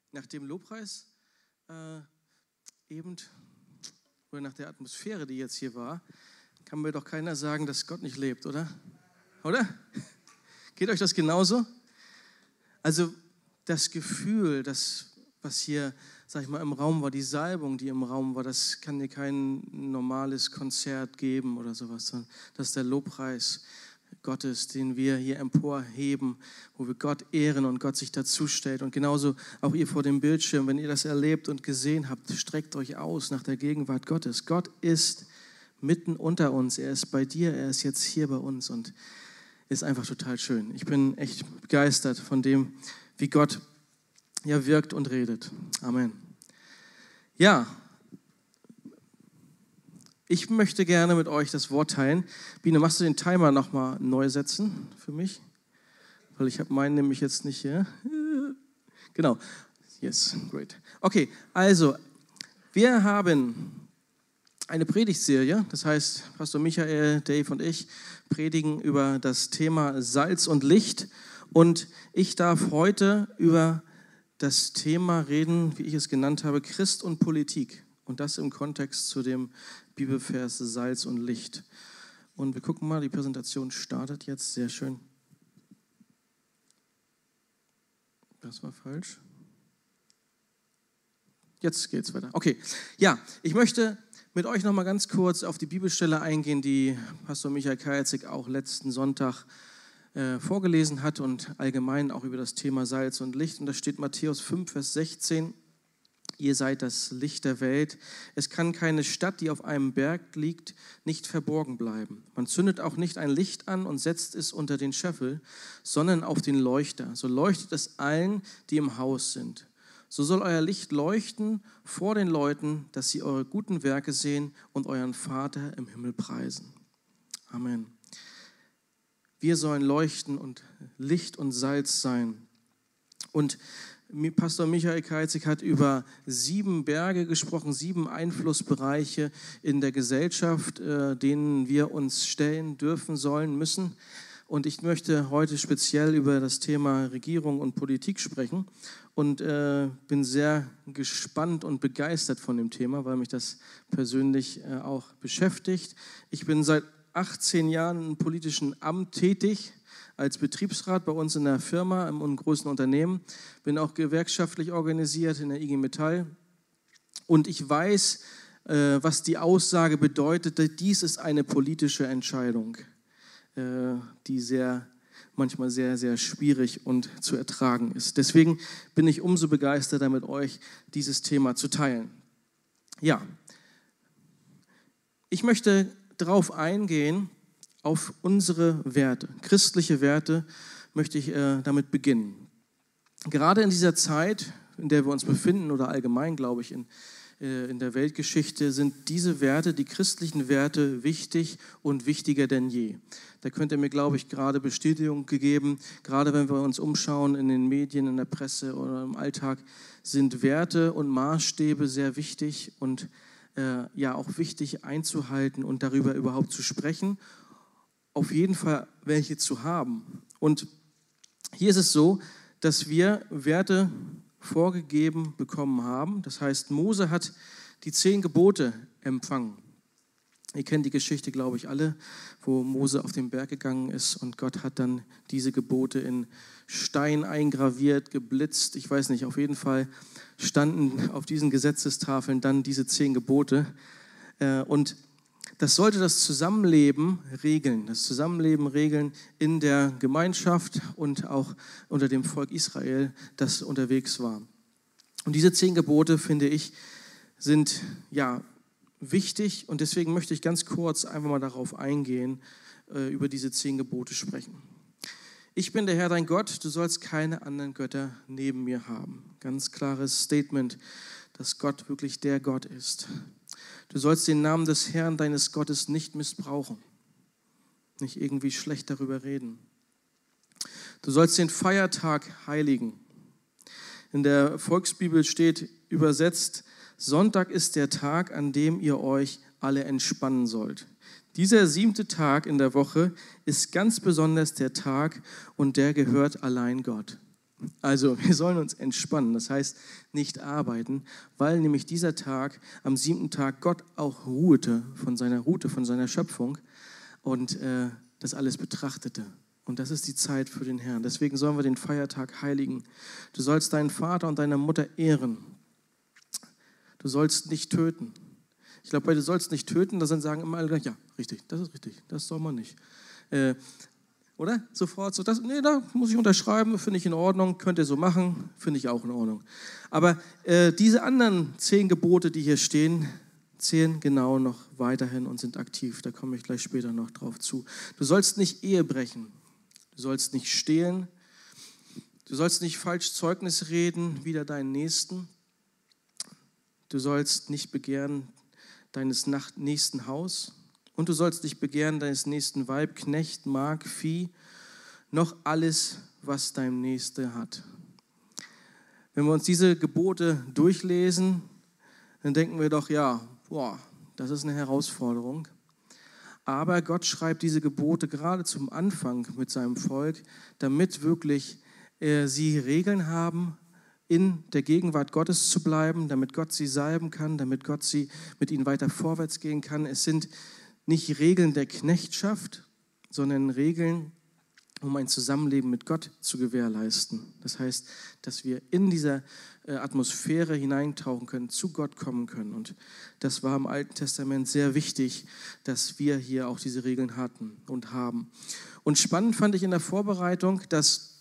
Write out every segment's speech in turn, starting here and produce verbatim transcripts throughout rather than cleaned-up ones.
nach dem Lobpreis äh, eben, oder nach der Atmosphäre, die jetzt hier war, kann mir doch keiner sagen, dass Gott nicht lebt, oder? Oder? Geht euch das genauso? Also das Gefühl, das, was hier, sag ich mal, im Raum war, die Salbung, die im Raum war, das kann dir kein normales Konzert geben oder sowas, sondern das ist der Lobpreis Gottes, den wir hier emporheben, wo wir Gott ehren und Gott sich dazu stellt. Und genauso auch ihr vor dem Bildschirm, wenn ihr das erlebt und gesehen habt, streckt euch aus nach der Gegenwart Gottes. Gott ist mitten unter uns, er ist bei dir, er ist jetzt hier bei uns und ist einfach total schön. Ich bin echt begeistert von dem, wie Gott ja wirkt und redet. Amen. Ja, ich möchte gerne mit euch das Wort teilen. Biene, machst du den Timer nochmal neu setzen für mich? Weil ich habe meinen nämlich jetzt nicht hier. Genau. Yes, great. Okay, also wir haben eine Predigtserie, das heißt, Pastor Michael, Dave und ich predigen über das Thema Salz und Licht. Und ich darf heute über das Thema reden, wie ich es genannt habe, Christ und Politik. Und das im Kontext zu dem Bibelvers Salz und Licht. Und wir gucken mal, die Präsentation startet jetzt, sehr schön. Das war falsch. Jetzt geht's weiter. Okay, ja, ich möchte mit euch noch mal ganz kurz auf die Bibelstelle eingehen, die Pastor Michael Kajetzig auch letzten Sonntag äh, vorgelesen hat und allgemein auch über das Thema Salz und Licht. Und da steht Matthäus fünf, Vers sechzehn. Ihr seid das Licht der Welt. Es kann keine Stadt, die auf einem Berg liegt, nicht verborgen bleiben. Man zündet auch nicht ein Licht an und setzt es unter den Scheffel, sondern auf den Leuchter. So leuchtet es allen, die im Haus sind. So soll euer Licht leuchten vor den Leuten, dass sie eure guten Werke sehen und euren Vater im Himmel preisen. Amen. Wir sollen leuchten und Licht und Salz sein. Und Pastor Michael Kajetzig hat über sieben Berge gesprochen, sieben Einflussbereiche in der Gesellschaft, äh, denen wir uns stellen dürfen, sollen, müssen. Und ich möchte heute speziell über das Thema Regierung und Politik sprechen und äh, bin sehr gespannt und begeistert von dem Thema, weil mich das persönlich äh, auch beschäftigt. Ich bin seit achtzehn Jahren im politischen Amt tätig, als Betriebsrat bei uns in der Firma, im großen Unternehmen, bin auch gewerkschaftlich organisiert in der I G Metall und ich weiß, äh, was die Aussage bedeutet, dies ist eine politische Entscheidung, äh, die sehr, manchmal sehr, sehr schwierig und zu ertragen ist. Deswegen bin ich umso begeisterter, mit euch dieses Thema zu teilen. Ja, ich möchte darauf eingehen, auf unsere Werte, christliche Werte, möchte ich äh, damit beginnen. Gerade in dieser Zeit, in der wir uns befinden, oder allgemein, glaube ich, in, äh, in der Weltgeschichte, sind diese Werte, die christlichen Werte, wichtig und wichtiger denn je. Da könnt ihr mir, glaube ich, gerade Bestätigung gegeben, gerade wenn wir uns umschauen in den Medien, in der Presse oder im Alltag, sind Werte und Maßstäbe sehr wichtig und äh, ja auch wichtig einzuhalten und darüber überhaupt zu sprechen. Auf jeden Fall welche zu haben. Und hier ist es so, dass wir Werte vorgegeben bekommen haben. Das heißt, Mose hat die zehn Gebote empfangen. Ihr kennt die Geschichte, glaube ich, alle, wo Mose auf den Berg gegangen ist und Gott hat dann diese Gebote in Stein eingraviert, geblitzt. Ich weiß nicht, auf jeden Fall standen auf diesen Gesetzestafeln dann diese zehn Gebote. Und das sollte das Zusammenleben regeln, das Zusammenleben regeln in der Gemeinschaft und auch unter dem Volk Israel, das unterwegs war. Und diese zehn Gebote, finde ich, sind ja wichtig und deswegen möchte ich ganz kurz einfach mal darauf eingehen, äh, über diese zehn Gebote sprechen. Ich bin der Herr, dein Gott, du sollst keine anderen Götter neben mir haben. Ganz klares Statement, dass Gott wirklich der Gott ist. Du sollst den Namen des Herrn, deines Gottes, nicht missbrauchen, nicht irgendwie schlecht darüber reden. Du sollst den Feiertag heiligen. In der Volksbibel steht übersetzt, Sonntag ist der Tag, an dem ihr euch alle entspannen sollt. Dieser siebte Tag in der Woche ist ganz besonders der Tag und der gehört allein Gott. Also wir sollen uns entspannen, das heißt nicht arbeiten, weil nämlich dieser Tag, am siebten Tag, Gott auch ruhte von seiner Ruhte, von seiner Schöpfung und äh, das alles betrachtete. Und das ist die Zeit für den Herrn. Deswegen sollen wir den Feiertag heiligen. Du sollst deinen Vater und deine Mutter ehren. Du sollst nicht töten. Ich glaube, bei du sollst nicht töten, da sagen immer alle, ja, richtig, das ist richtig, das soll man nicht. Äh, Oder? Sofort so, das, nee, da muss ich unterschreiben, finde ich in Ordnung, könnt ihr so machen, finde ich auch in Ordnung. Aber äh, diese anderen zehn Gebote, die hier stehen, zählen genau noch weiterhin und sind aktiv. Da komme ich gleich später noch drauf zu. Du sollst nicht Ehe brechen, du sollst nicht stehlen, du sollst nicht falsch Zeugnis reden wider deinen Nächsten, du sollst nicht begehren deines nächsten Haus. Und du sollst nicht begehren deines nächsten Weib, Knecht, Magd, Vieh, noch alles, was dein Nächster hat. Wenn wir uns diese Gebote durchlesen, dann denken wir doch, ja, boah, das ist eine Herausforderung. Aber Gott schreibt diese Gebote gerade zum Anfang mit seinem Volk, damit wirklich äh, sie Regeln haben, in der Gegenwart Gottes zu bleiben, damit Gott sie salben kann, damit Gott sie mit ihnen weiter vorwärts gehen kann. Es sind nicht Regeln der Knechtschaft, sondern Regeln, um ein Zusammenleben mit Gott zu gewährleisten. Das heißt, dass wir in dieser äh, Atmosphäre hineintauchen können, zu Gott kommen können. Und das war im Alten Testament sehr wichtig, dass wir hier auch diese Regeln hatten und haben. Und spannend fand ich in der Vorbereitung, dass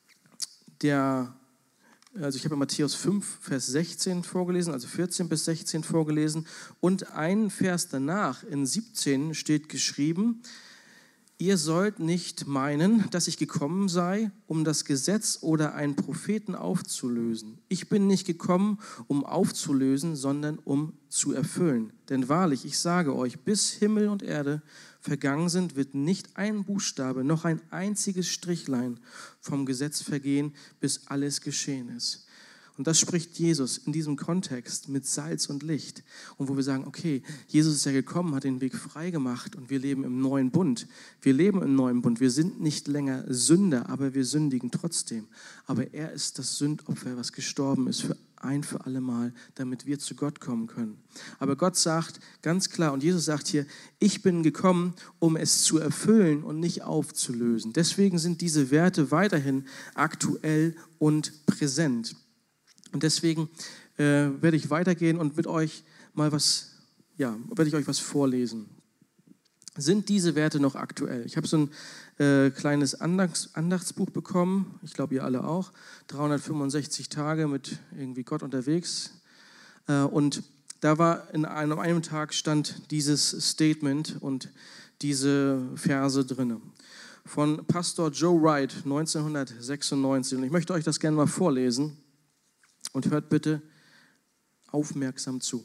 der, also ich habe Matthäus fünf, Vers sechzehn vorgelesen, also vierzehn bis sechzehn vorgelesen. Und einen Vers danach, in siebzehn, steht geschrieben, ihr sollt nicht meinen, dass ich gekommen sei, um das Gesetz oder einen Propheten aufzulösen. Ich bin nicht gekommen, um aufzulösen, sondern um zu erfüllen. Denn wahrlich, ich sage euch, bis Himmel und Erde vergangen sind, wird nicht ein Buchstabe, noch ein einziges Strichlein vom Gesetz vergehen, bis alles geschehen ist. Und das spricht Jesus in diesem Kontext mit Salz und Licht. Und wo wir sagen, okay, Jesus ist ja gekommen, hat den Weg frei gemacht und wir leben im neuen Bund. Wir leben im neuen Bund. Wir sind nicht länger Sünder, aber wir sündigen trotzdem. Aber er ist das Sündopfer, was gestorben ist für ein für alle Mal, damit wir zu Gott kommen können. Aber Gott sagt ganz klar, und Jesus sagt hier, ich bin gekommen, um es zu erfüllen und nicht aufzulösen. Deswegen sind diese Werte weiterhin aktuell und präsent. Und deswegen äh, werde ich weitergehen und mit euch mal was, ja, werde ich euch was vorlesen. Sind diese Werte noch aktuell? Ich habe so ein äh, kleines Andachts, Andachtsbuch bekommen, ich glaube ihr alle auch, dreihundertfünfundsechzig Tage mit irgendwie Gott unterwegs. Äh, und da war in einem, an einem Tag stand dieses Statement und diese Verse drin. Von Pastor Joe Wright, neunzehnhundertsechsundneunzig. Und ich möchte euch das gerne mal vorlesen. Und hört bitte aufmerksam zu.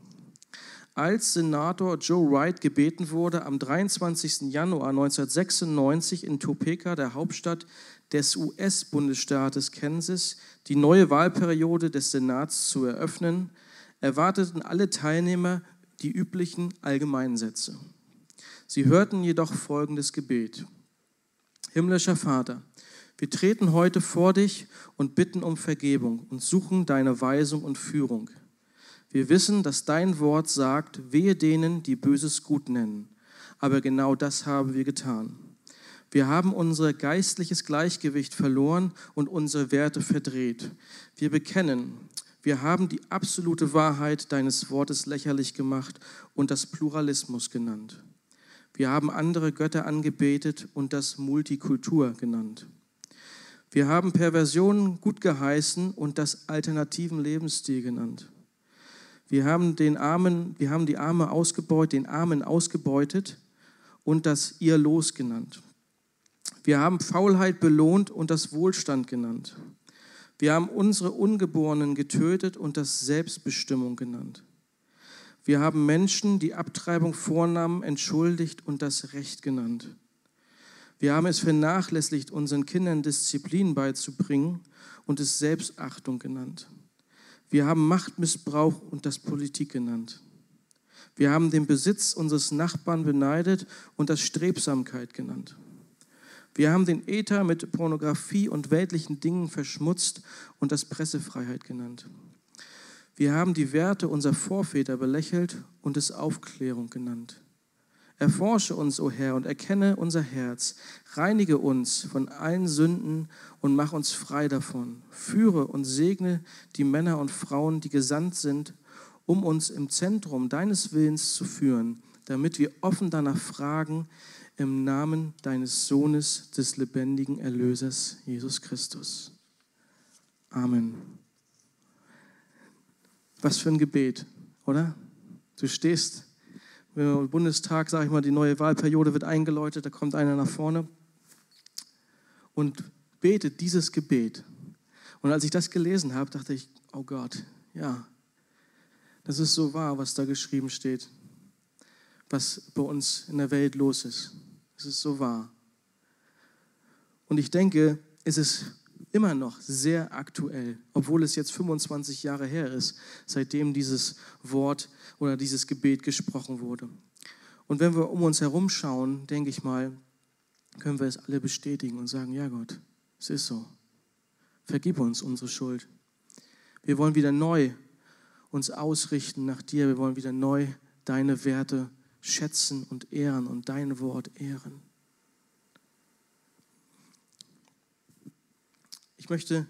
Als Senator Joe Wright gebeten wurde, am dreiundzwanzigsten Januar neunzehnhundertsechsundneunzig in Topeka, der Hauptstadt des U S-Bundesstaates Kansas, die neue Wahlperiode des Senats zu eröffnen, erwarteten alle Teilnehmer die üblichen Allgemeinsätze. Sie hörten jedoch folgendes Gebet. Himmlischer Vater, wir treten heute vor dich und bitten um Vergebung und suchen deine Weisung und Führung. Wir wissen, dass dein Wort sagt, wehe denen, die Böses gut nennen. Aber genau das haben wir getan. Wir haben unser geistliches Gleichgewicht verloren und unsere Werte verdreht. Wir bekennen, wir haben die absolute Wahrheit deines Wortes lächerlich gemacht und das Pluralismus genannt. Wir haben andere Götter angebetet und das Multikultur genannt. Wir haben Perversionen gut geheißen und das alternativen Lebensstil genannt. Wir haben den Armen, wir haben die Arme ausgebeutet, den Armen ausgebeutet und das ihr Los genannt. Wir haben Faulheit belohnt und das Wohlstand genannt. Wir haben unsere Ungeborenen getötet und das Selbstbestimmung genannt. Wir haben Menschen, die Abtreibung vornahmen, entschuldigt und das Recht genannt. Wir haben es vernachlässigt, unseren Kindern Disziplin beizubringen und es Selbstachtung genannt. Wir haben Machtmissbrauch und das Politik genannt. Wir haben den Besitz unseres Nachbarn beneidet und das Strebsamkeit genannt. Wir haben den Äther mit Pornografie und weltlichen Dingen verschmutzt und das Pressefreiheit genannt. Wir haben die Werte unserer Vorväter belächelt und es Aufklärung genannt. Erforsche uns, o Herr, und erkenne unser Herz. Reinige uns von allen Sünden und mach uns frei davon. Führe und segne die Männer und Frauen, die gesandt sind, um uns im Zentrum deines Willens zu führen, damit wir offen danach fragen, im Namen deines Sohnes, des lebendigen Erlösers, Jesus Christus. Amen. Was für ein Gebet, oder? Du stehst im Bundestag, sage ich mal, die neue Wahlperiode wird eingeläutet, da kommt einer nach vorne und betet dieses Gebet. Und als ich das gelesen habe, dachte ich, oh Gott, ja, das ist so wahr, was da geschrieben steht, was bei uns in der Welt los ist. Es ist so wahr. Und ich denke, es ist immer noch sehr aktuell, obwohl es jetzt fünfundzwanzig Jahre her ist, seitdem dieses Wort oder dieses Gebet gesprochen wurde. Und wenn wir um uns herum schauen, denke ich mal, können wir es alle bestätigen und sagen, ja Gott, es ist so. Vergib uns unsere Schuld. Wir wollen wieder neu uns ausrichten nach dir. Wir wollen wieder neu deine Werte schätzen und ehren und dein Wort ehren. Ich möchte,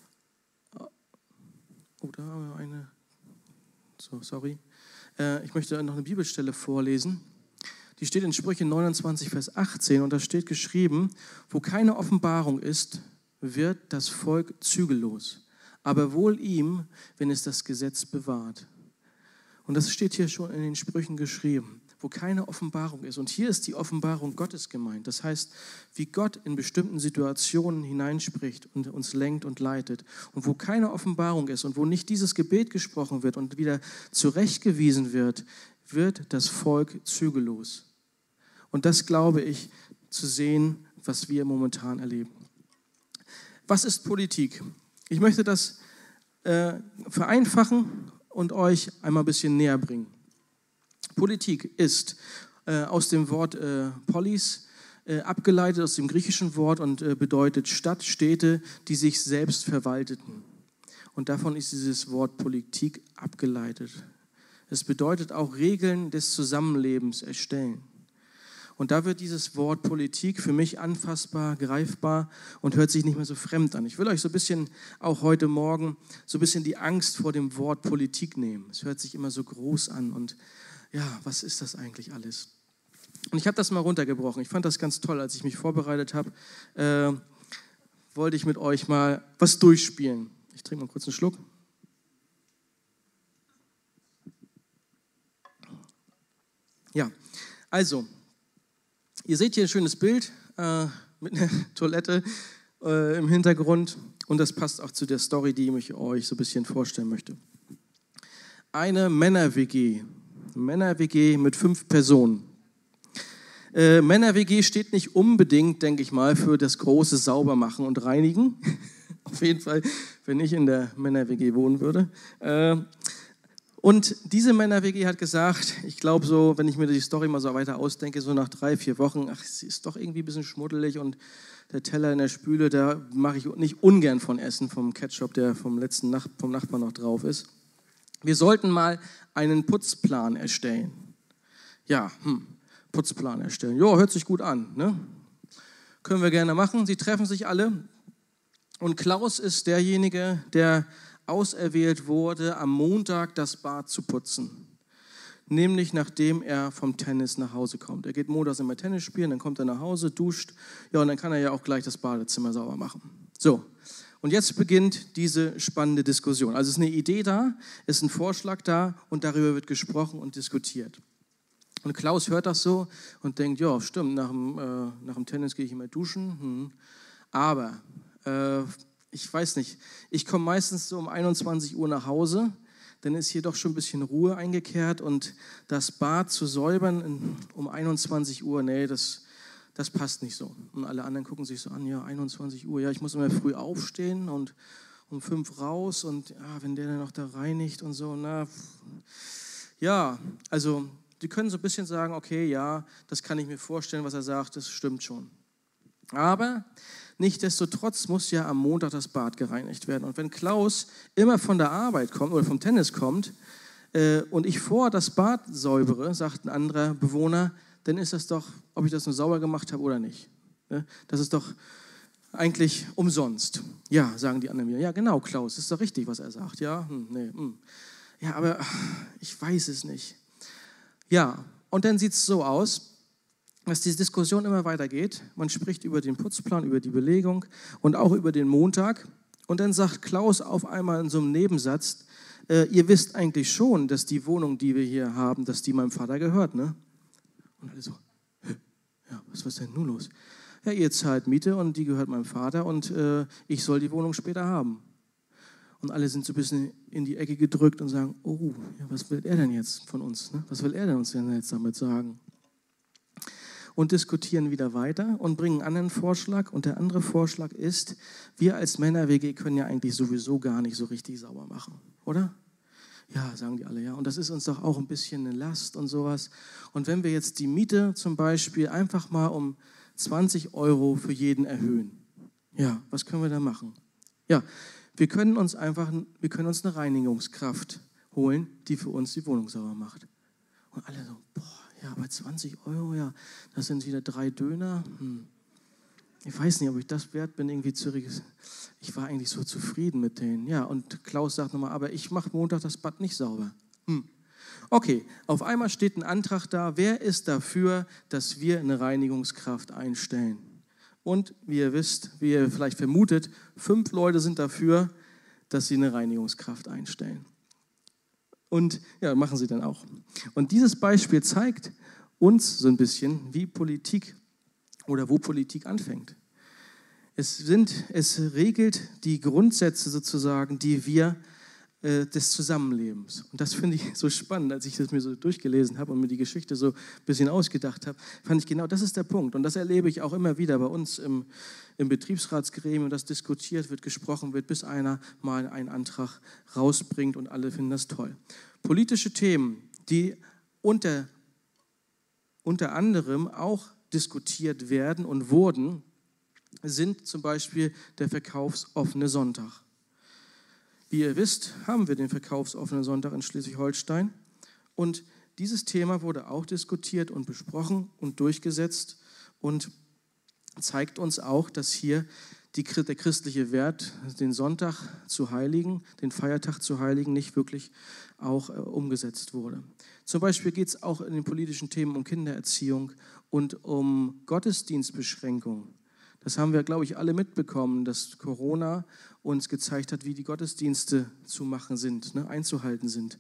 oh, da haben wir eine, so, sorry. Ich möchte noch eine Bibelstelle vorlesen. Die steht in Sprüche neunundzwanzig, Vers achtzehn und da steht geschrieben, wo keine Offenbarung ist, wird das Volk zügellos, aber wohl ihm, wenn es das Gesetz bewahrt. Und das steht hier schon in den Sprüchen geschrieben, wo keine Offenbarung ist. Und hier ist die Offenbarung Gottes gemeint. Das heißt, wie Gott in bestimmten Situationen hineinspricht und uns lenkt und leitet. Und wo keine Offenbarung ist und wo nicht dieses Gebet gesprochen wird und wieder zurechtgewiesen wird, wird das Volk zügellos. Und das glaube ich zu sehen, was wir momentan erleben. Was ist Politik? Ich möchte das äh, vereinfachen und euch einmal ein bisschen näher bringen. Politik ist äh, aus dem Wort äh, Polis äh, abgeleitet, aus dem griechischen Wort und äh, bedeutet Stadt, Städte, die sich selbst verwalteten. Und davon ist dieses Wort Politik abgeleitet. Es bedeutet auch Regeln des Zusammenlebens erstellen. Und da wird dieses Wort Politik für mich anfassbar, greifbar und hört sich nicht mehr so fremd an. Ich will euch so ein bisschen, auch heute Morgen, so ein bisschen die Angst vor dem Wort Politik nehmen. Es hört sich immer so groß an und ja, was ist das eigentlich alles? Und ich habe das mal runtergebrochen. Ich fand das ganz toll, als ich mich vorbereitet habe, äh, wollte ich mit euch mal was durchspielen. Ich trinke mal kurz einen Schluck. Ja, also, ihr seht hier ein schönes Bild äh, mit einer Toilette äh, im Hintergrund und das passt auch zu der Story, die ich euch so ein bisschen vorstellen möchte. Eine Männer-W G. Männer-W G mit fünf Personen. Äh, Männer-W G steht nicht unbedingt, denke ich mal, für das große Saubermachen und Reinigen. Auf jeden Fall, wenn ich in der Männer-W G wohnen würde. Äh, und diese Männer-W G hat gesagt, ich glaube so, wenn ich mir die Story mal so weiter ausdenke, so nach drei, vier Wochen, ach, es ist doch irgendwie ein bisschen schmuddelig und der Teller in der Spüle, da mache ich nicht ungern von Essen, vom Ketchup, der vom letzten Nach- vom Nachbarn noch drauf ist. Wir sollten mal einen Putzplan erstellen. Ja, hm, Putzplan erstellen. Ja, hört sich gut an, ne? Können wir gerne machen. Sie treffen sich alle. Und Klaus ist derjenige, der auserwählt wurde, am Montag das Bad zu putzen. Nämlich nachdem er vom Tennis nach Hause kommt. Er geht montags immer Tennis spielen, dann kommt er nach Hause, duscht. Ja, und dann kann er ja auch gleich das Badezimmer sauber machen. So. Und jetzt beginnt diese spannende Diskussion. Also es ist eine Idee da, ist ein Vorschlag da und darüber wird gesprochen und diskutiert. Und Klaus hört das so und denkt, ja, stimmt, nach dem, äh, nach dem Tennis gehe ich immer duschen. Hm. Aber, äh, ich weiß nicht, ich komme meistens so um einundzwanzig Uhr nach Hause, dann ist hier doch schon ein bisschen Ruhe eingekehrt und das Bad zu säubern um einundzwanzig Uhr, nee, das... Das passt nicht so. Und alle anderen gucken sich so an, ja, einundzwanzig Uhr, ja, ich muss immer früh aufstehen und um fünf raus und ja, wenn der dann noch da reinigt und so, na, ja, also die können so ein bisschen sagen, okay, ja, das kann ich mir vorstellen, was er sagt, das stimmt schon. Aber nichtsdestotrotz muss ja am Montag das Bad gereinigt werden. Und wenn Klaus immer von der Arbeit kommt oder vom Tennis kommt äh, und ich vor das Bad säubere, sagt ein anderer Bewohner, dann ist das doch, ob ich das nur sauber gemacht habe oder nicht. Ja, das ist doch eigentlich umsonst. Ja, sagen die anderen wieder. Ja, genau, Klaus, ist doch richtig, was er sagt. Ja, hm, nee, hm. Ja, aber ich weiß es nicht. Ja, und dann sieht es so aus, dass diese Diskussion immer weitergeht. Man spricht über den Putzplan, über die Belegung und auch über den Montag. Und dann sagt Klaus auf einmal in so einem Nebensatz, äh, ihr wisst eigentlich schon, dass die Wohnung, die wir hier haben, dass die meinem Vater gehört, ne? Und alle so, ja, was ist denn nun los? Ja, ihr zahlt Miete und die gehört meinem Vater und äh, ich soll die Wohnung später haben. Und alle sind so ein bisschen in die Ecke gedrückt und sagen, oh, ja, was will er denn jetzt von uns? Ne? Was will er denn uns denn jetzt damit sagen? Und diskutieren wieder weiter und bringen einen anderen Vorschlag. Und der andere Vorschlag ist, wir als Männer-W G können ja eigentlich sowieso gar nicht so richtig sauber machen, oder? Ja, sagen die alle, ja. Und das ist uns doch auch ein bisschen eine Last und sowas. Und wenn wir jetzt die Miete zum Beispiel einfach mal um zwanzig Euro für jeden erhöhen, ja, was können wir da machen? Ja, wir können uns einfach, wir können uns eine Reinigungskraft holen, die für uns die Wohnung sauber macht. Und alle so, boah, ja, aber zwanzig Euro, ja, das sind wieder drei Döner. Hm. Ich weiß nicht, ob ich das wert bin, irgendwie Zürich. Ich war eigentlich so zufrieden mit denen. Ja, und Klaus sagt nochmal, aber ich mache Montag das Bad nicht sauber. Hm. Okay, auf einmal steht ein Antrag da. Wer ist dafür, dass wir eine Reinigungskraft einstellen? Und wie ihr wisst, wie ihr vielleicht vermutet, fünf Leute sind dafür, dass sie eine Reinigungskraft einstellen. Und ja, machen sie dann auch. Und dieses Beispiel zeigt uns so ein bisschen, wie Politik oder wo Politik anfängt. Es sind, es regelt die Grundsätze sozusagen, die wir äh, des Zusammenlebens. Und das finde ich so spannend, als ich das mir so durchgelesen habe und mir die Geschichte so ein bisschen ausgedacht habe, fand ich genau, das ist der Punkt. Und das erlebe ich auch immer wieder bei uns im, im Betriebsratsgremium, dass diskutiert wird, gesprochen wird, bis einer mal einen Antrag rausbringt und alle finden das toll. Politische Themen, die unter, unter anderem auch diskutiert werden und wurden, sind zum Beispiel der verkaufsoffene Sonntag. Wie ihr wisst, haben wir den verkaufsoffenen Sonntag in Schleswig-Holstein und dieses Thema wurde auch diskutiert und besprochen und durchgesetzt und zeigt uns auch, dass hier die, der christliche Wert, den Sonntag zu heiligen, den Feiertag zu heiligen, nicht wirklich auch äh, umgesetzt wurde. Zum Beispiel geht es auch in den politischen Themen um Kindererziehung und um Gottesdienstbeschränkung. Das haben wir, glaube ich, alle mitbekommen, dass Corona uns gezeigt hat, wie die Gottesdienste zu machen sind, ne, einzuhalten sind.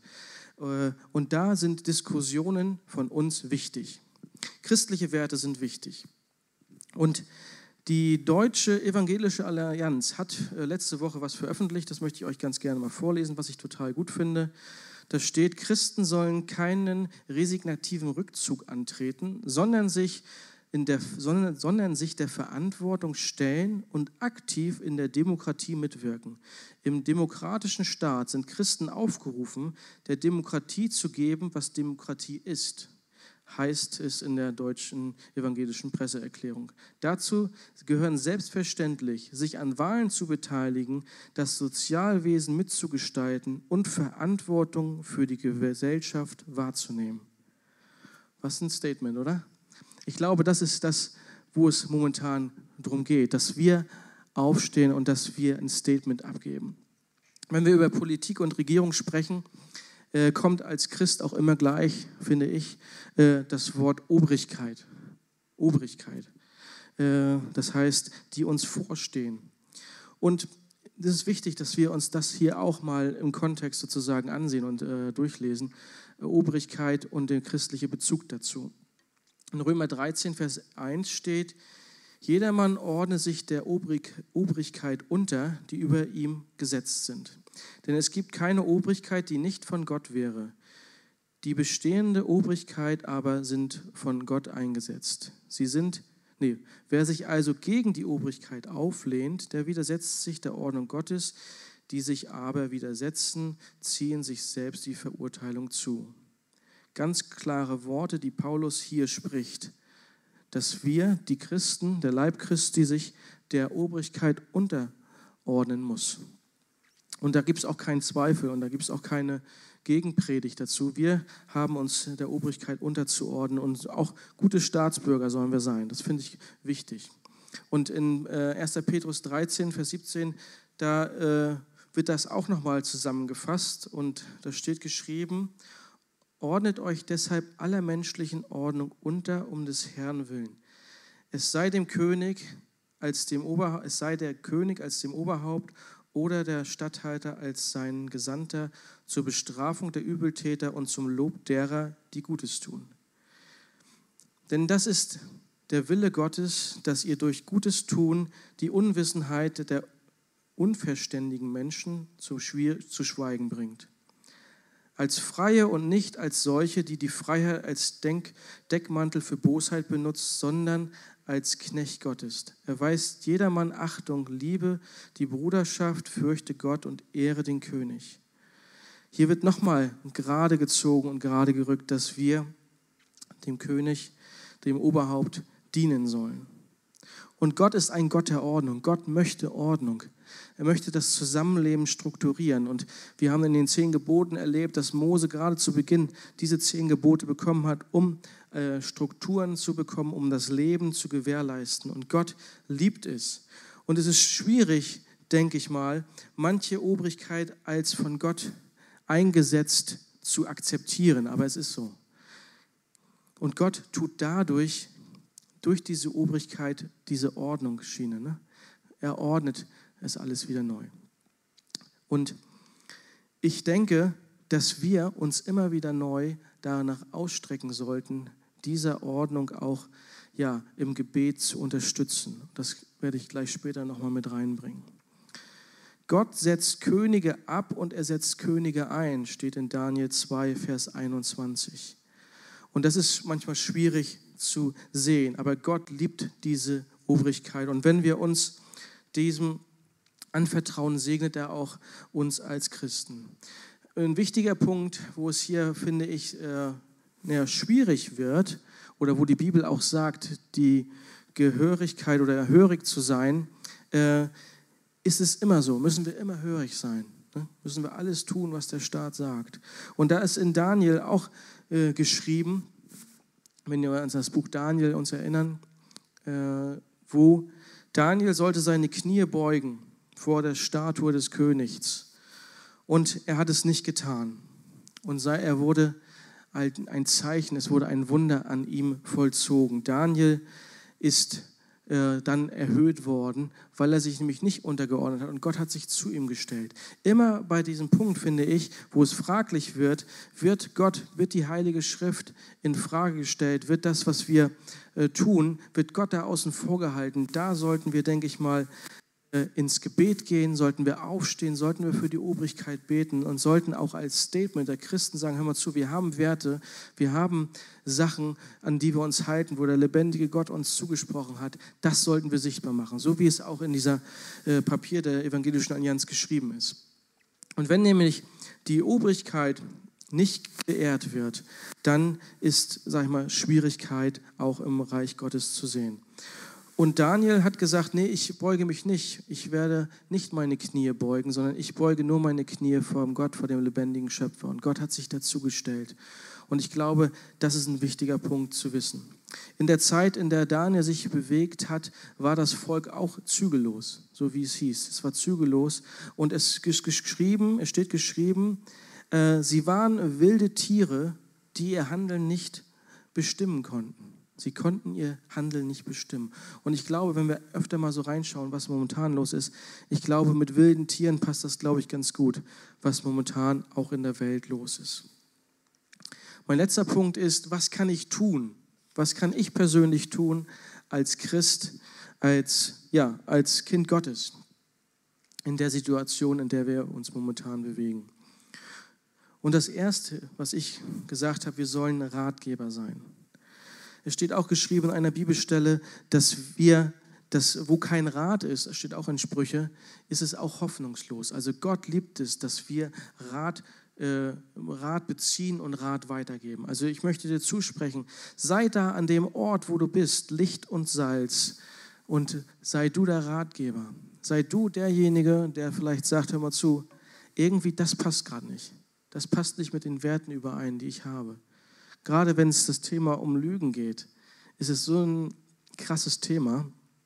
Und da sind Diskussionen von uns wichtig. Christliche Werte sind wichtig. Und die Deutsche Evangelische Allianz hat letzte Woche was veröffentlicht, das möchte ich euch ganz gerne mal vorlesen, was ich total gut finde. Da steht, Christen sollen keinen resignativen Rückzug antreten, sondern sich In der, sondern, sondern sich der Verantwortung stellen und aktiv in der Demokratie mitwirken. Im demokratischen Staat sind Christen aufgerufen, der Demokratie zu geben, was Demokratie ist, heißt es in der deutschen evangelischen Presseerklärung. Dazu gehören selbstverständlich, sich an Wahlen zu beteiligen, das Sozialwesen mitzugestalten und Verantwortung für die Gesellschaft wahrzunehmen. Was ein Statement, oder? Ich glaube, das ist das, wo es momentan darum geht, dass wir aufstehen und dass wir ein Statement abgeben. Wenn wir über Politik und Regierung sprechen, äh, kommt als Christ auch immer gleich, finde ich, äh, das Wort Obrigkeit. Obrigkeit. Äh, das heißt, die uns vorstehen. Und es ist wichtig, dass wir uns das hier auch mal im Kontext sozusagen ansehen und äh, durchlesen. Äh, Obrigkeit und der christliche Bezug dazu. In Römer dreizehn, Vers eins steht, jedermann ordne sich der Obrig, Obrigkeit unter, die über ihm gesetzt sind. Denn es gibt keine Obrigkeit, die nicht von Gott wäre. Die bestehende Obrigkeit aber sind von Gott eingesetzt. Sie sind, nee, wer sich also gegen die Obrigkeit auflehnt, der widersetzt sich der Ordnung Gottes. Die sich aber widersetzen, ziehen sich selbst die Verurteilung zu. Ganz klare Worte, die Paulus hier spricht. dass wir, die Christen, der Leib Christi, sich der Obrigkeit unterordnen muss. Und da gibt es auch keinen Zweifel und da gibt es auch keine Gegenpredigt dazu. Wir haben uns der Obrigkeit unterzuordnen und auch gute Staatsbürger sollen wir sein. Das finde ich wichtig. Und in äh, erster Petrus dreizehn, Vers siebzehn, da äh, wird das auch nochmal zusammengefasst und da steht geschrieben: Ordnet euch deshalb aller menschlichen Ordnung unter um des Herrn willen. Es sei dem König als dem Oberhaupt, es sei der König als dem Oberhaupt oder der Statthalter als sein Gesandter zur Bestrafung der Übeltäter und zum Lob derer, die Gutes tun. Denn das ist der Wille Gottes, dass ihr durch Gutes tun die Unwissenheit der unverständigen Menschen zu, schwier- zu schweigen bringt. Als Freie und nicht als solche, die die Freiheit als Denk- Deckmantel für Bosheit benutzt, sondern als Knecht Gottes. Erweist jedermann Achtung, Liebe, die Bruderschaft, fürchte Gott und ehre den König. Hier wird nochmal gerade gezogen und gerade gerückt, dass wir dem König, dem Oberhaupt, dienen sollen. Und Gott ist ein Gott der Ordnung. Gott möchte Ordnung. Er möchte das Zusammenleben strukturieren. Und wir haben in den zehn Geboten erlebt, dass Mose gerade zu Beginn diese zehn Gebote bekommen hat, um äh, Strukturen zu bekommen, um das Leben zu gewährleisten. Und Gott liebt es. Und es ist schwierig, denke ich mal, manche Obrigkeit als von Gott eingesetzt zu akzeptieren. Aber es ist so. Und Gott tut dadurch, durch diese Obrigkeit, diese Ordnungsschiene. Ne? Er ordnet es alles wieder neu. Und ich denke, dass wir uns immer wieder neu danach ausstrecken sollten, dieser Ordnung auch ja, im Gebet zu unterstützen. Das werde ich gleich später nochmal mit reinbringen. Gott setzt Könige ab und er setzt Könige ein, steht in Daniel zwei, Vers einundzwanzig. Und das ist manchmal schwierig zu sehen, aber Gott liebt diese Obrigkeit. Und wenn wir uns diesem anvertrauen, segnet er auch uns als Christen. Ein wichtiger Punkt, wo es hier, finde ich, äh, ja, schwierig wird oder wo die Bibel auch sagt, die Gehörigkeit oder hörig zu sein, äh, ist es immer so, müssen wir immer hörig sein. Ne? Müssen wir alles tun, was der Staat sagt. Und da ist in Daniel auch äh, geschrieben, wenn wir uns das Buch Daniel uns erinnern, äh, wo Daniel sollte seine Knie beugen vor der Statue des Königs. Und er hat es nicht getan. Und sei, er wurde ein Zeichen, es wurde ein Wunder an ihm vollzogen. Daniel ist äh, dann erhöht worden, weil er sich nämlich nicht untergeordnet hat und Gott hat sich zu ihm gestellt. Immer bei diesem Punkt, finde ich, wo es fraglich wird, wird Gott, wird die Heilige Schrift in Frage gestellt, wird das, was wir äh, tun, wird Gott da außen vor gehalten. Da sollten wir, denke ich mal, ins Gebet gehen, sollten wir aufstehen, sollten wir für die Obrigkeit beten und sollten auch als Statement der Christen sagen, hör mal zu, wir haben Werte, wir haben Sachen, an die wir uns halten, wo der lebendige Gott uns zugesprochen hat, das sollten wir sichtbar machen, so wie es auch in dieser äh, Papier der Evangelischen Allianz geschrieben ist. Und wenn nämlich die Obrigkeit nicht geehrt wird, dann ist, sag ich mal, Schwierigkeit auch im Reich Gottes zu sehen. Und Daniel hat gesagt, nee, ich beuge mich nicht. Ich werde nicht meine Knie beugen, sondern ich beuge nur meine Knie vor dem Gott, vor dem lebendigen Schöpfer. Und Gott hat sich dazu gestellt. Und ich glaube, das ist ein wichtiger Punkt zu wissen. In der Zeit, in der Daniel sich bewegt hat, war das Volk auch zügellos, so wie es hieß. Es war zügellos. Und es ist geschrieben, es steht geschrieben, äh, sie waren wilde Tiere, die ihr Handeln nicht bestimmen konnten. Sie konnten ihr Handeln nicht bestimmen. Und ich glaube, wenn wir öfter mal so reinschauen, was momentan los ist, ich glaube, mit wilden Tieren passt das, glaube ich, ganz gut, was momentan auch in der Welt los ist. Mein letzter Punkt ist, was kann ich tun? Was kann ich persönlich tun als Christ, als, ja, als Kind Gottes in der Situation, in der wir uns momentan bewegen? Und das Erste, was ich gesagt habe, wir sollen Ratgeber sein. Es steht auch geschrieben in einer Bibelstelle, dass wir, dass, wo kein Rat ist, es steht auch in Sprüche, ist es auch hoffnungslos. Also Gott liebt es, dass wir Rat äh, Rat beziehen und Rat weitergeben. Also ich möchte dir zusprechen, sei da an dem Ort, wo du bist, Licht und Salz, und sei du der Ratgeber. Sei du derjenige, der vielleicht sagt, hör mal zu, irgendwie das passt gerade nicht. Das passt nicht mit den Werten überein, die ich habe. Gerade wenn es das Thema um Lügen geht, ist es so ein krasses Thema,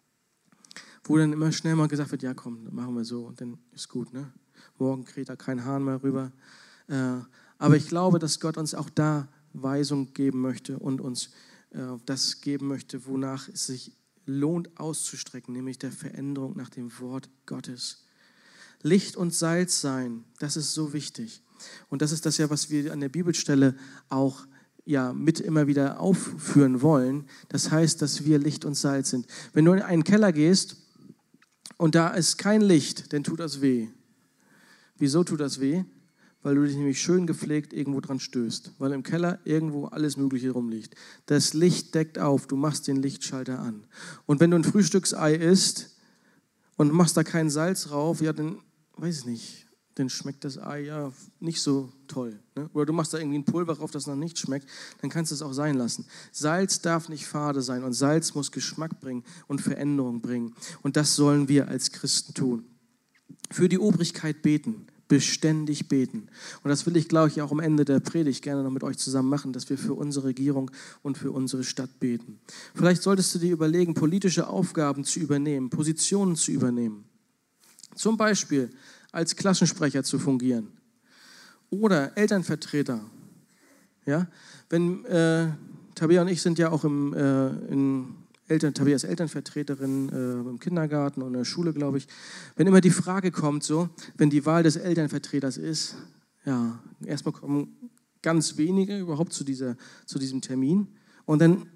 wo dann immer schnell mal gesagt wird, ja komm, dann machen wir so und dann ist gut, ne? Morgen kriegt da kein Hahn mehr rüber. Äh, aber ich glaube, dass Gott uns auch da Weisung geben möchte und uns äh, das geben möchte, wonach es sich lohnt auszustrecken, nämlich der Veränderung nach dem Wort Gottes. Licht und Salz sein, das ist so wichtig. Und das ist das ja, was wir an der Bibelstelle auch ja, mit immer wieder aufführen wollen. Das heißt, dass wir Licht und Salz sind. Wenn du in einen Keller gehst und da ist kein Licht, dann tut das weh. Wieso tut das weh? Weil du dich nämlich schön gepflegt irgendwo dran stößt. Weil im Keller irgendwo alles Mögliche rumliegt. Das Licht deckt auf, du machst den Lichtschalter an. Und wenn du ein Frühstücksei isst und machst da kein Salz drauf, ja, dann, weiß ich nicht, dann schmeckt das Ei ja nicht so toll. Ne? Oder du machst da irgendwie ein Pulver drauf, das noch nicht schmeckt, dann kannst du es auch sein lassen. Salz darf nicht fade sein und Salz muss Geschmack bringen und Veränderung bringen. Und das sollen wir als Christen tun. Für die Obrigkeit beten, beständig beten. Und das will ich, glaube ich, auch am Ende der Predigt gerne noch mit euch zusammen machen, dass wir für unsere Regierung und für unsere Stadt beten. Vielleicht solltest du dir überlegen, politische Aufgaben zu übernehmen, Positionen zu übernehmen. Zum Beispiel als Klassensprecher zu fungieren oder Elternvertreter. Ja? Wenn, äh, Tabea und ich sind ja auch im, äh, in Eltern, Tabea ist Elternvertreterin äh, im Kindergarten und in der Schule, glaube ich. Wenn immer die Frage kommt, so, wenn die Wahl des Elternvertreters ist, ja, erstmal kommen ganz wenige überhaupt zu, dieser, zu diesem Termin und dann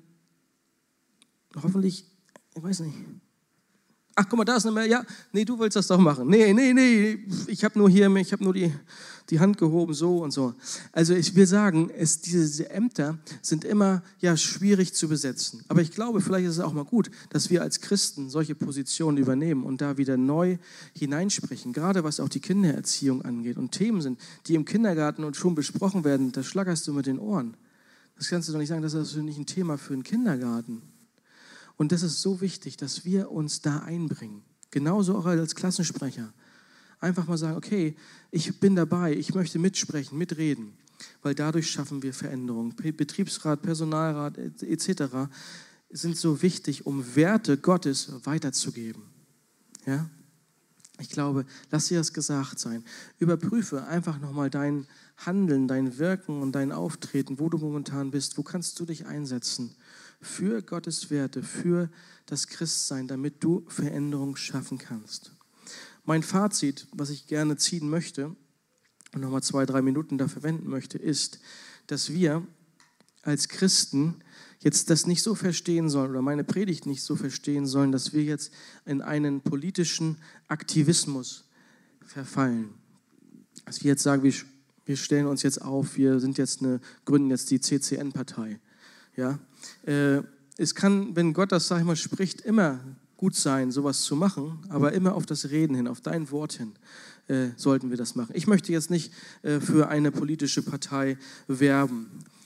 hoffentlich, ich weiß nicht, ach, guck mal, da ist eine Mail. Ja, nee, du willst das doch machen. Nee, nee, nee, ich habe nur hier, ich habe nur die, die Hand gehoben, so und so. Also ich will sagen, es, diese Ämter sind immer ja schwierig zu besetzen. Aber ich glaube, vielleicht ist es auch mal gut, dass wir als Christen solche Positionen übernehmen und da wieder neu hineinsprechen. Gerade was auch die Kindererziehung angeht und Themen sind, die im Kindergarten und schon besprochen werden, da schlackerst du mit den Ohren. Das kannst du doch nicht sagen, das ist nicht ein Thema für einen Kindergarten. Und das ist so wichtig, dass wir uns da einbringen. Genauso auch als Klassensprecher. Einfach mal sagen, okay, ich bin dabei, ich möchte mitsprechen, mitreden. Weil dadurch schaffen wir Veränderungen. Betriebsrat, Personalrat et cetera sind so wichtig, um Werte Gottes weiterzugeben. Ja? Ich glaube, lass dir das gesagt sein. Überprüfe einfach nochmal dein Handeln, dein Wirken und dein Auftreten, wo du momentan bist. Wo kannst du dich einsetzen? Für Gottes Werte, für das Christsein, damit du Veränderung schaffen kannst. Mein Fazit, was ich gerne ziehen möchte und nochmal zwei, drei Minuten dafür verwenden möchte, ist, dass wir als Christen jetzt das nicht so verstehen sollen oder meine Predigt nicht so verstehen sollen, dass wir jetzt in einen politischen Aktivismus verfallen. Dass wir jetzt sagen, wir, wir stellen uns jetzt auf, wir sind jetzt eine, gründen jetzt die C C N-Partei. Ja, äh, es kann, wenn Gott das, sag ich mal, spricht, immer gut sein, sowas zu machen, aber immer auf das Reden hin, auf dein Wort hin, äh, sollten wir das machen. Ich möchte jetzt nicht äh, für eine politische Partei werben.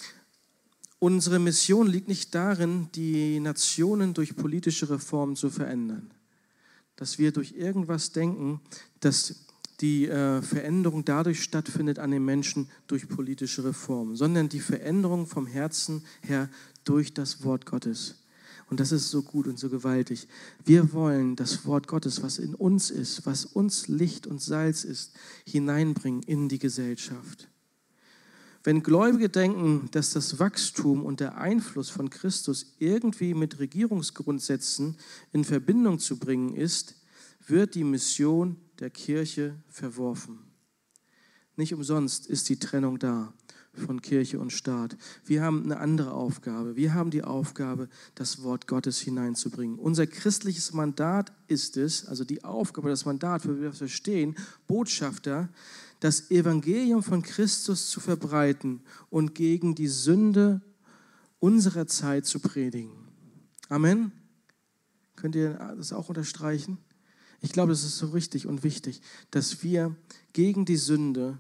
Unsere Mission liegt nicht darin, die Nationen durch politische Reformen zu verändern. Dass wir durch irgendwas denken, dass die äh, Veränderung dadurch stattfindet an den Menschen durch politische Reformen, sondern die Veränderung vom Herzen her durch das Wort Gottes. Und das ist so gut und so gewaltig. Wir wollen das Wort Gottes, was in uns ist, was uns Licht und Salz ist, hineinbringen in die Gesellschaft. Wenn Gläubige denken, dass das Wachstum und der Einfluss von Christus irgendwie mit Regierungsgrundsätzen in Verbindung zu bringen ist, wird die Mission der Kirche verworfen. Nicht umsonst ist die Trennung da von Kirche und Staat. Wir haben eine andere Aufgabe. Wir haben die Aufgabe, das Wort Gottes hineinzubringen. Unser christliches Mandat ist es, also die Aufgabe, das Mandat, für wir das verstehen, Botschafter, das Evangelium von Christus zu verbreiten und gegen die Sünde unserer Zeit zu predigen. Amen. Könnt ihr das auch unterstreichen? Ich glaube, das ist so richtig und wichtig, dass wir gegen die Sünde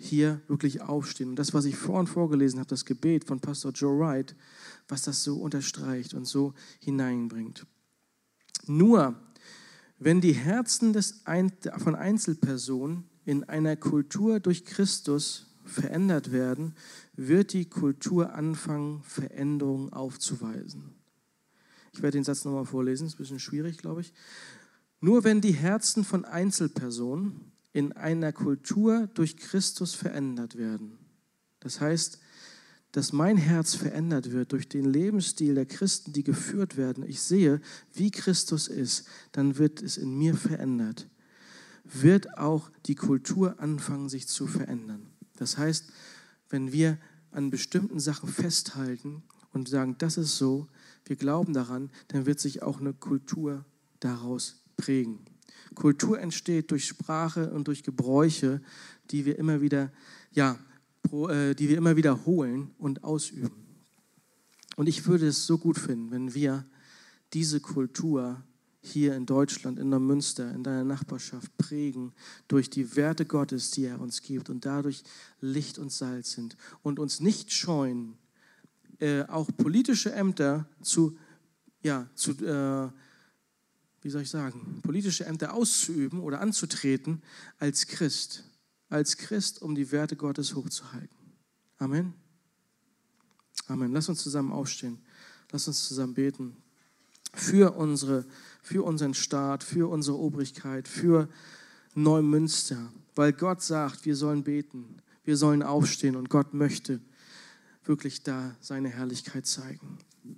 hier wirklich aufstehen. Und das, was ich vorhin vorgelesen habe, das Gebet von Pastor Joe Wright, was das so unterstreicht und so hineinbringt. Nur, wenn die Herzen des Ein- von Einzelpersonen in einer Kultur durch Christus verändert werden, wird die Kultur anfangen, Veränderungen aufzuweisen. Ich werde den Satz nochmal vorlesen, ist ein bisschen schwierig, glaube ich. Nur wenn die Herzen von Einzelpersonen in einer Kultur durch Christus verändert werden, das heißt, dass mein Herz verändert wird durch den Lebensstil der Christen, die geführt werden, ich sehe, wie Christus ist, dann wird es in mir verändert, wird auch die Kultur anfangen, sich zu verändern. Das heißt, wenn wir an bestimmten Sachen festhalten und sagen, das ist so, wir glauben daran, dann wird sich auch eine Kultur daraus prägen. Kultur entsteht durch Sprache und durch Gebräuche, die wir immer wieder, ja, die wir immer wiederholen und ausüben. Und ich würde es so gut finden, wenn wir diese Kultur hier in Deutschland, in Neumünster, in deiner Nachbarschaft prägen durch die Werte Gottes, die er uns gibt und dadurch Licht und Salz sind und uns nicht scheuen, äh, auch politische Ämter zu, ja, zu äh, wie soll ich sagen, politische Ämter auszuüben oder anzutreten als Christ. Als Christ, um die Werte Gottes hochzuhalten. Amen. Amen. Lass uns zusammen aufstehen. Lass uns zusammen beten. Für, unsere, für unseren Staat, für unsere Obrigkeit, für Neumünster. Weil Gott sagt, wir sollen beten, wir sollen aufstehen und Gott möchte wirklich da seine Herrlichkeit zeigen.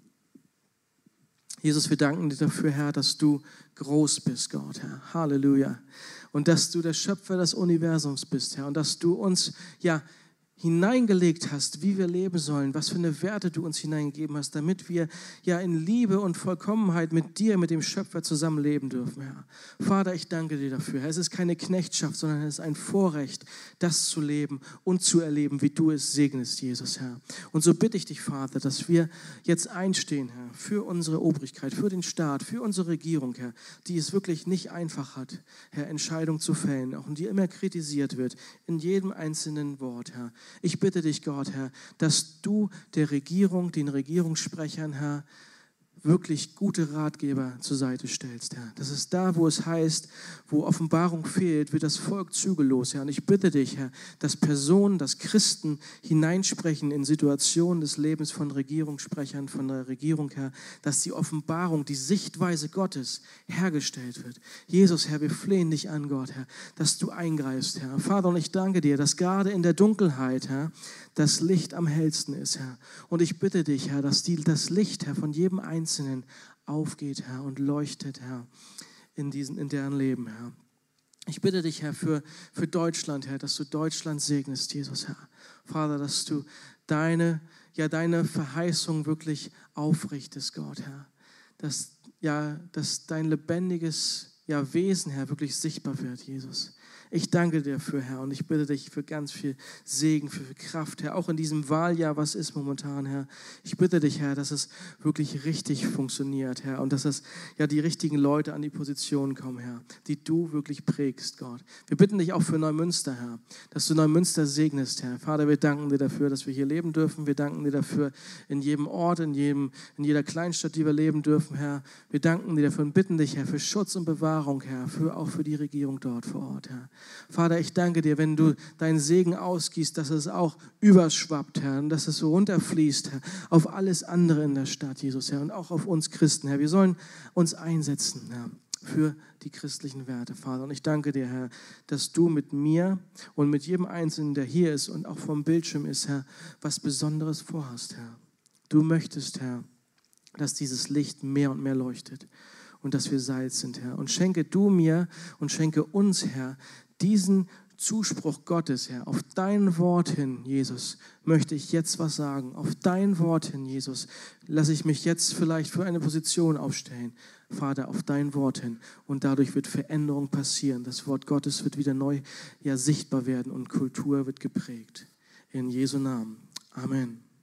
Jesus, wir danken dir dafür, Herr, dass du groß bist, Gott, Herr. Halleluja. Und dass du der Schöpfer des Universums bist, Herr. Und dass du uns, ja, hineingelegt hast, wie wir leben sollen, was für eine Werte du uns hineingegeben hast, damit wir ja in Liebe und Vollkommenheit mit dir, mit dem Schöpfer zusammen leben dürfen, Herr. Vater, ich danke dir dafür, Herr. Es ist keine Knechtschaft, sondern es ist ein Vorrecht, das zu leben und zu erleben, wie du es segnest, Jesus, Herr. Und so bitte ich dich, Vater, dass wir jetzt einstehen, Herr, für unsere Obrigkeit, für den Staat, für unsere Regierung, Herr, die es wirklich nicht einfach hat, Herr, Entscheidungen zu fällen, auch und die immer kritisiert wird, in jedem einzelnen Wort, Herr. Ich bitte dich, Gott, Herr, dass du der Regierung, den Regierungssprechern, Herr, wirklich gute Ratgeber zur Seite stellst, Herr. Das ist da, wo es heißt, wo Offenbarung fehlt, wird das Volk zügellos, Herr. Und ich bitte dich, Herr, dass Personen, dass Christen hineinsprechen in Situationen des Lebens von Regierungssprechern, von der Regierung, Herr, dass die Offenbarung, die Sichtweise Gottes hergestellt wird. Jesus, Herr, wir flehen dich an, Gott, Herr, dass du eingreifst, Herr. Vater, und ich danke dir, dass gerade in der Dunkelheit, Herr, das Licht am hellsten ist, Herr. Und ich bitte dich, Herr, dass die, das Licht, Herr, von jedem Einzelnen aufgeht, Herr, und leuchtet, Herr, in, diesen, in deren Leben, Herr. Ich bitte dich, Herr, für, für Deutschland, Herr, dass du Deutschland segnest, Jesus, Herr. Vater, dass du deine, ja, deine Verheißung wirklich aufrichtest, Gott, Herr. Dass, ja, dass dein lebendiges ja, Wesen, Herr, wirklich sichtbar wird, Jesus. Ich danke dir dafür, Herr, und ich bitte dich für ganz viel Segen, für viel Kraft, Herr, auch in diesem Wahljahr, was ist momentan, Herr. Ich bitte dich, Herr, dass es wirklich richtig funktioniert, Herr, und dass es ja die richtigen Leute an die Position kommen, Herr, die du wirklich prägst, Gott. Wir bitten dich auch für Neumünster, Herr, dass du Neumünster segnest, Herr. Vater, wir danken dir dafür, dass wir hier leben dürfen. Wir danken dir dafür in jedem Ort, in, jedem, in jeder Kleinstadt, die wir leben dürfen, Herr. Wir danken dir dafür und bitten dich, Herr, für Schutz und Bewahrung, Herr, für, auch für die Regierung dort vor Ort, Herr. Vater, ich danke dir, wenn du deinen Segen ausgießt, dass es auch überschwappt, Herr, und dass es so runterfließt, Herr, auf alles andere in der Stadt, Jesus, Herr, und auch auf uns Christen, Herr. Wir sollen uns einsetzen, Herr, für die christlichen Werte, Vater. Und ich danke dir, Herr, dass du mit mir und mit jedem Einzelnen, der hier ist und auch vom Bildschirm ist, Herr, was Besonderes vorhast, Herr. Du möchtest, Herr, dass dieses Licht mehr und mehr leuchtet und dass wir Salz sind, Herr. Und schenke du mir und schenke uns, Herr, diesen Zuspruch Gottes, Herr, auf dein Wort hin, Jesus, möchte ich jetzt was sagen. Auf dein Wort hin, Jesus, lasse ich mich jetzt vielleicht für eine Position aufstellen. Vater, auf dein Wort hin. Und dadurch wird Veränderung passieren. Das Wort Gottes wird wieder neu ja, sichtbar werden und Kultur wird geprägt. In Jesu Namen. Amen.